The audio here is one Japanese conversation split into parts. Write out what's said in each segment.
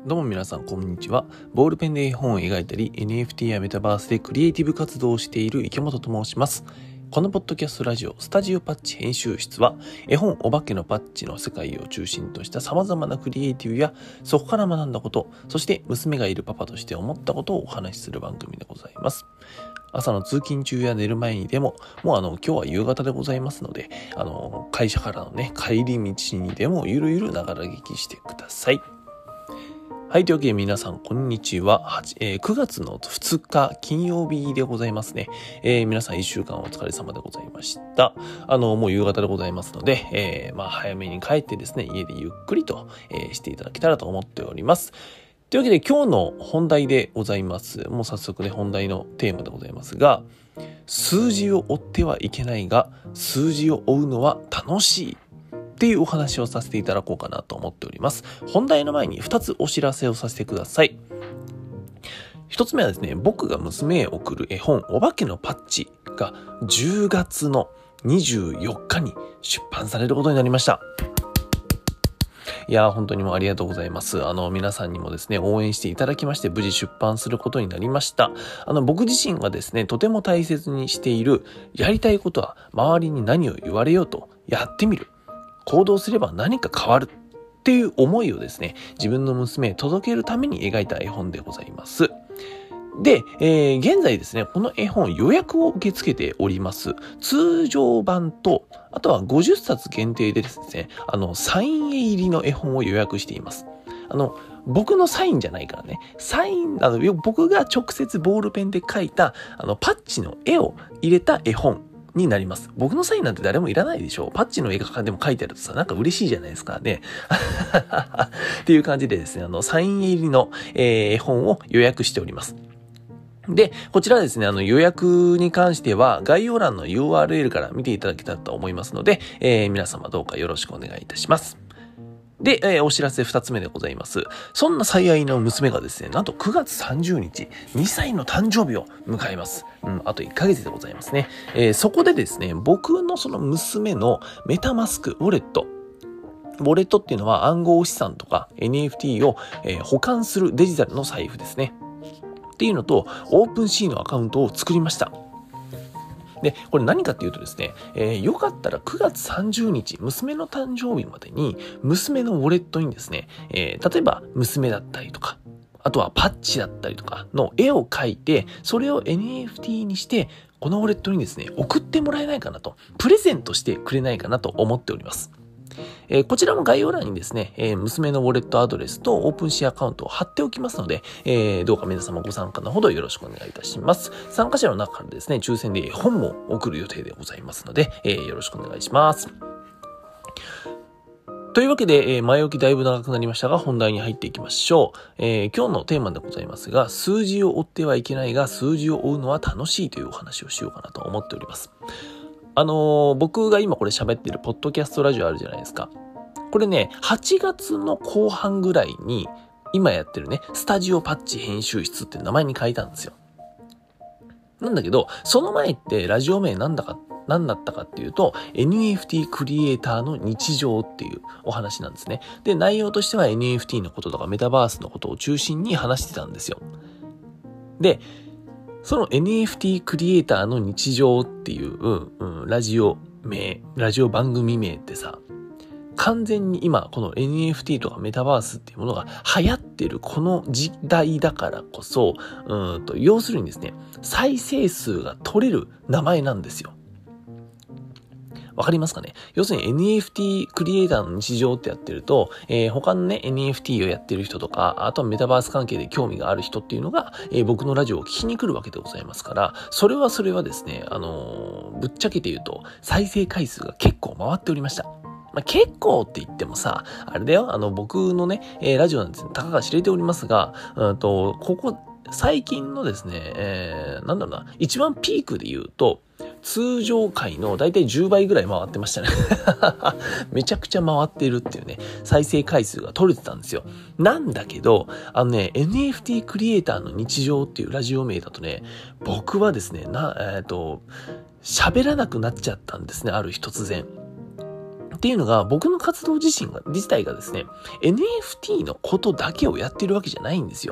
どうも皆さんこんにちは。ボールペンで絵本を描いたり NFT やメタバースでクリエイティブ活動をしている池本と申します。このポッドキャストラジオスタジオパッチ編集室は絵本お化けのパッチの世界を中心とした様々なクリエイティブやそこから学んだこと、そして娘がいるパパとして思ったことをお話しする番組でございます。朝の通勤中や寝る前にでも、もう今日は夕方でございますので、会社からのね、帰り道にでもゆるゆるながら聞きしてください。はい、というわけで皆さんこんにちは。9月の2日金曜日でございますね。皆さん1週間お疲れ様でございました。もう夕方でございますので、早めに帰ってですね、家でゆっくりと、していただけたらと思っております。というわけで今日の本題でございます。もう早速ね、本題のテーマでございますが、数字を追ってはいけないが、数字を追うのは楽しい。っていうお話をさせていただこうかなと思っております。本題の前に2つお知らせをさせてください。1つ目はですね、僕が娘へ送る絵本お化けのパッチが10月の24日に出版されることになりました。いやー本当にもうありがとうございます。皆さんにもですね、応援していただきまして無事出版することになりました。僕自身がですね、とても大切にしているやりたいことは周りに何を言われようとやってみる。行動すれば何か変わるっていう思いをですね、自分の娘へ届けるために描いた絵本でございます。で、現在ですね、この絵本予約を受け付けております。通常版と、あとは50冊限定でですね、サイン入りの絵本を予約しています。僕のサインじゃないからね、僕が直接ボールペンで描いた、パッチの絵を入れた絵本になります。僕のサインなんて誰もいらないでしょ。パッチの絵がでも書いてあるとさ、なんか嬉しいじゃないですかね。っていう感じでですね、サイン入りの、絵本を予約しております。で、こちらですね、予約に関しては概要欄の URL から見ていただけたらと思いますので、皆様どうかよろしくお願いいたします。で、お知らせ2つ目でございます。そんな最愛の娘がですね、なんと9月30日、2歳の誕生日を迎えます。あと1ヶ月でございますね。そこでですね、僕のその娘のメタマスクウォレットっていうのは暗号資産とか NFT を、保管するデジタルの財布ですね。っていうのと、オープンシーのアカウントを作りました。で、これ何かっていうとですね、よかったら9月30日、娘の誕生日までに、娘のウォレットにですね、例えば娘だったりとか、あとはパッチだったりとかの絵を描いて、それを NFT にして、このウォレットにですね、送ってもらえないかなと、プレゼントしてくれないかなと思っております。こちらも概要欄にですね、娘のウォレットアドレスとオープンシーアカウントを貼っておきますので、どうか皆様ご参加のほどよろしくお願いいたします。参加者の中からですね、抽選で絵本も送る予定でございますので、よろしくお願いします。というわけで、前置きだいぶ長くなりましたが、本題に入っていきましょう。今日のテーマでございますが、数字を追ってはいけないが、数字を追うのは楽しいというお話をしようかなと思っております。僕が今これ喋ってるポッドキャストラジオあるじゃないですか。これね、8月の後半ぐらいに、今やってるね、スタジオパッチ編集室って名前に変えたんですよ。なんだけど、その前ってラジオ名何だったかっていうと、NFT クリエイターの日常っていうお話なんですね。で、内容としては NFT のこととかメタバースのことを中心に話してたんですよ。で、その NFT クリエイターの日常っていう、ラジオ番組名ってさ、完全に今この NFT とかメタバースっていうものが流行ってるこの時代だからこそ、要するにですね、再生数が取れる名前なんですよ。わかりますかね？要するに NFT クリエイターの日常ってやってると、他のね NFT をやってる人とか、あとはメタバース関係で興味がある人っていうのが、僕のラジオを聞きに来るわけでございますから、それはですね、ぶっちゃけて言うと再生回数が結構回っておりました。結構って言ってもさ、あれだよ、僕のね、ラジオなんてたかが知れておりますが、最近のですね、一番ピークで言うと、通常回のだいたい10倍ぐらい回ってましたね。めちゃくちゃ回っているっていうね、再生回数が取れてたんですよ。なんだけど、NFT クリエイターの日常っていうラジオ名だとね、僕はですね、喋らなくなっちゃったんですね、ある日突然。 っていうのが、僕の活動自体がですね、NFT のことだけをやってるわけじゃないんですよ。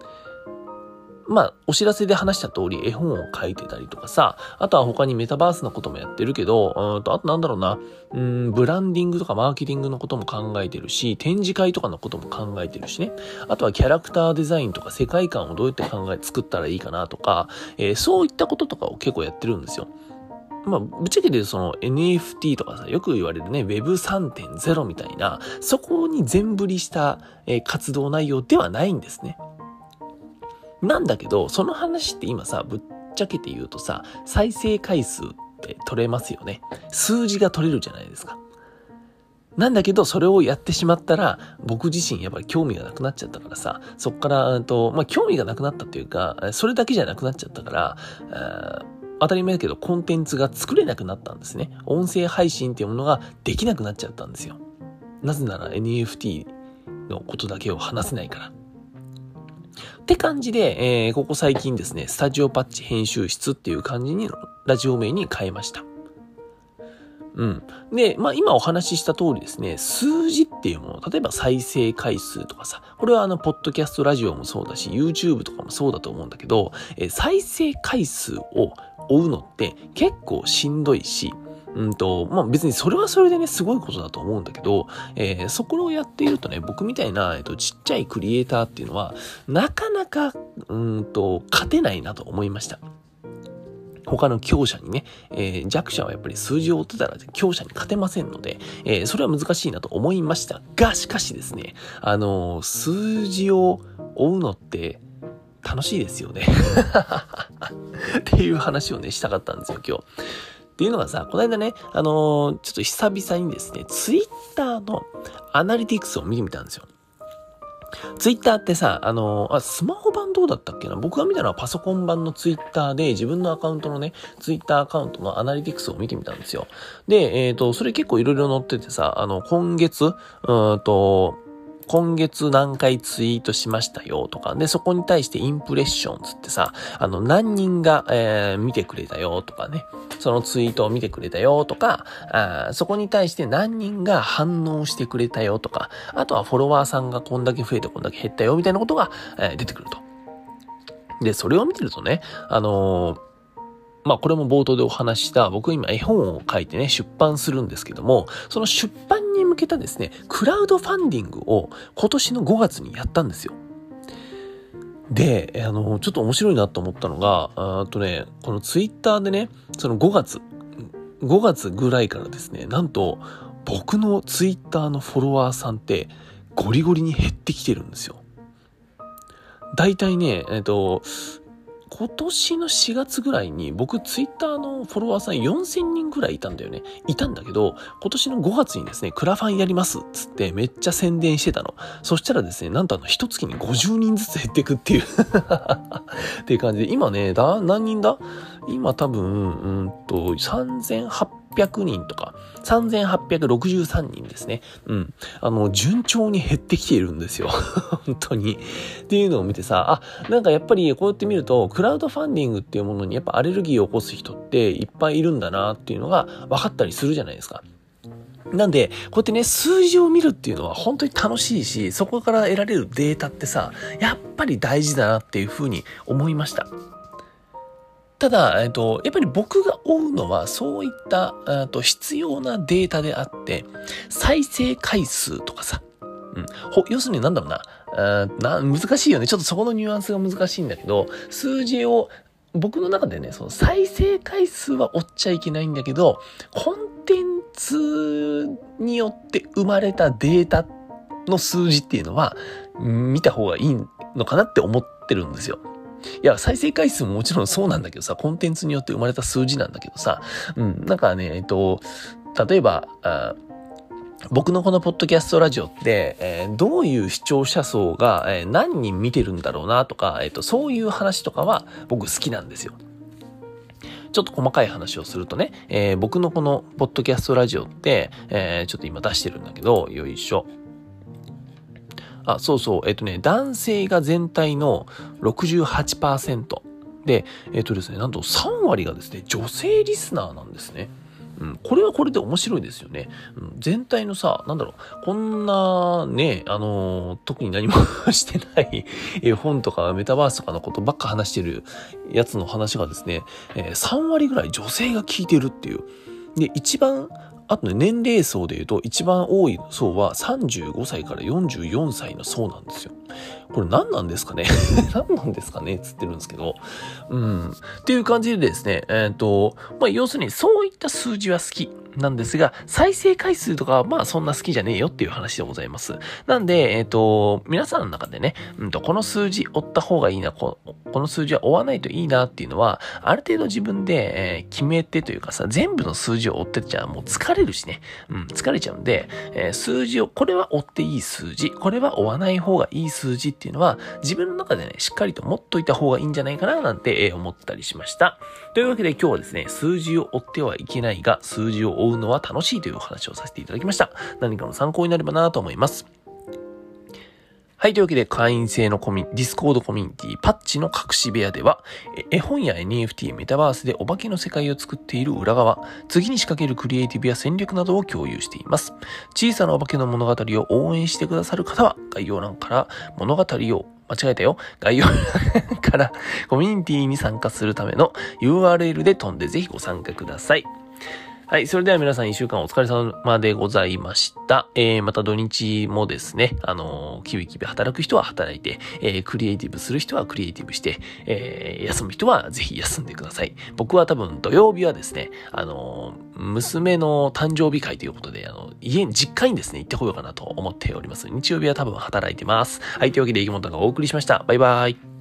お知らせで話した通り絵本を書いてたりとかさ、あとは他にメタバースのこともやってるけど、あとなんだろうな、ブランディングとかマーケティングのことも考えてるし、展示会とかのことも考えてるしね。あとはキャラクターデザインとか世界観をどうやって作ったらいいかなとか、そういったこととかを結構やってるんですよ。ぶっちゃけでその NFT とかさ、よく言われるね、Web3.0 みたいな、そこに全振りした、活動内容ではないんですね。なんだけど、その話って今さ、ぶっちゃけて言うとさ、再生回数って取れますよね。数字が取れるじゃないですか。なんだけど、それをやってしまったら、僕自身やっぱり興味がなくなっちゃったからさ、そっから、興味がなくなったっていうか、それだけじゃなくなっちゃったから、当たり前だけど、コンテンツが作れなくなったんですね。音声配信っていうものができなくなっちゃったんですよ。なぜなら NFT のことだけを話せないから。って感じで、ここ最近ですね、スタジオパッチ編集室っていう感じにラジオ名に変えました。で、今お話しした通りですね、数字っていうもの、例えば再生回数とかさ、これはポッドキャストラジオもそうだし、YouTube とかもそうだと思うんだけど、再生回数を追うのって結構しんどいし、別にそれはそれでね、すごいことだと思うんだけど、そこをやっているとね、僕みたいな、ちっちゃいクリエイターっていうのは、なかなか、勝てないなと思いました。他の強者にね、弱者はやっぱり数字を追ってたら強者に勝てませんので、それは難しいなと思いましたが、しかしですね、数字を追うのって楽しいですよね。っていう話をね、したかったんですよ、今日。っていうのがさ、この間ね、ちょっと久々にですね、ツイッターのアナリティクスを見てみたんですよ。ツイッターってさ、スマホ版どうだったっけな？僕が見たのはパソコン版のツイッターで自分のアカウントのね、ツイッターアカウントのアナリティクスを見てみたんですよ。で、それ結構いろいろ載っててさ、今月何回ツイートしましたよとか、で、そこに対してインプレッションつってさ、何人が、見てくれたよとかね、そのツイートを見てくれたよとか、そこに対して何人が反応してくれたよとか、あとはフォロワーさんがこんだけ増えてこんだけ減ったよみたいなことが、出てくると。で、それを見てるとね、これも冒頭でお話しした、僕今絵本を書いてね、出版するんですけども、その出版に向けたですね、クラウドファンディングを今年の5月にやったんですよ。で、ちょっと面白いなと思ったのが、このツイッターでね、その5月ぐらいからですね、なんと僕のツイッターのフォロワーさんってゴリゴリに減ってきてるんですよ。だいたいね、今年の4月ぐらいに僕ツイッターのフォロワーさん4000人ぐらいいたんだよね。いたんだけど、今年の5月にですね、クラファンやりますっつってめっちゃ宣伝してたの。そしたらですね、なんと一月に50人ずつ減っていくっていう。っていう感じで、今ね、何人だ？今多分、3800人とか、3863人ですね。順調に減ってきているんですよ。本当に。っていうのを見てさ、なんかやっぱりこうやって見ると、クラウドファンディングっていうものにやっぱアレルギーを起こす人っていっぱいいるんだなっていうのが分かったりするじゃないですか。なんで、こうやってね、数字を見るっていうのは本当に楽しいし、そこから得られるデータってさ、やっぱり大事だなっていうふうに思いました。ただ、やっぱり僕が追うのはそういった必要なデータであって、再生回数とかさ、要するになんだろうな、難しいよね。ちょっとそこのニュアンスが難しいんだけど、数字を、僕の中でね、その再生回数は追っちゃいけないんだけど、コンテンツによって生まれたデータの数字っていうのは、見た方がいいのかなって思ってるんですよ。いや、再生回数ももちろんそうなんだけどさ、コンテンツによって生まれた数字なんだけどさ、なんかね、例えば、僕のこのポッドキャストラジオって、どういう視聴者層が、何人見てるんだろうなとか、そういう話とかは僕好きなんですよ。ちょっと細かい話をするとね、僕のこのポッドキャストラジオって、ちょっと今出してるんだけど、よいしょ。そうそう、男性が全体の 68% で、ですね、なんと3割がですね、女性リスナーなんですね。 これはこれで面白いですよね。全体のさ、こんなね、特に何もしてない本とかメタバースとかのことばっか話してるやつの話がですね、3割ぐらい女性が聞いてるっていう。で、あとね、年齢層で言うと一番多い層は35歳から44歳の層なんですよ。これ何なんですかね何なんですかねつってるんですけど。っていう感じでですね、要するにそういった数字は好きなんですが、再生回数とかはそんな好きじゃねえよっていう話でございます。なんで、皆さんの中でね、この数字追った方がいいな、この数字は追わないといいなっていうのは、ある程度自分で、決めてというかさ、全部の数字を追ってっちゃもう疲れるしね、疲れちゃうんで、数字を、これは追っていい数字、これは追わない方がいい数字っていうのは、自分の中でね、しっかりと持っといた方がいいんじゃないかななんて、思ったりしました。というわけで今日はですね、数字を追ってはいけないが、数字を追うのは楽しいというお話をさせていただきました。何かの参考になればなと思います。はい。というわけで、会員制のディスコードコミュニティ、パッチの隠し部屋では、絵本や NFT、メタバースでお化けの世界を作っている裏側、次に仕掛けるクリエイティブや戦略などを共有しています。小さなお化けの物語を応援してくださる方は、概要欄から概要欄からコミュニティに参加するための URL で飛んでぜひご参加ください。はい。それでは皆さん1週間お疲れ様でございました。また土日もですね、キビキビ働く人は働いて、クリエイティブする人はクリエイティブして、休む人はぜひ休んでください。僕は多分土曜日はですね、娘の誕生日会ということで、実家にですね、行ってこようかなと思っております。日曜日は多分働いてます。はい。というわけで、池本がお送りしました。バイバイ。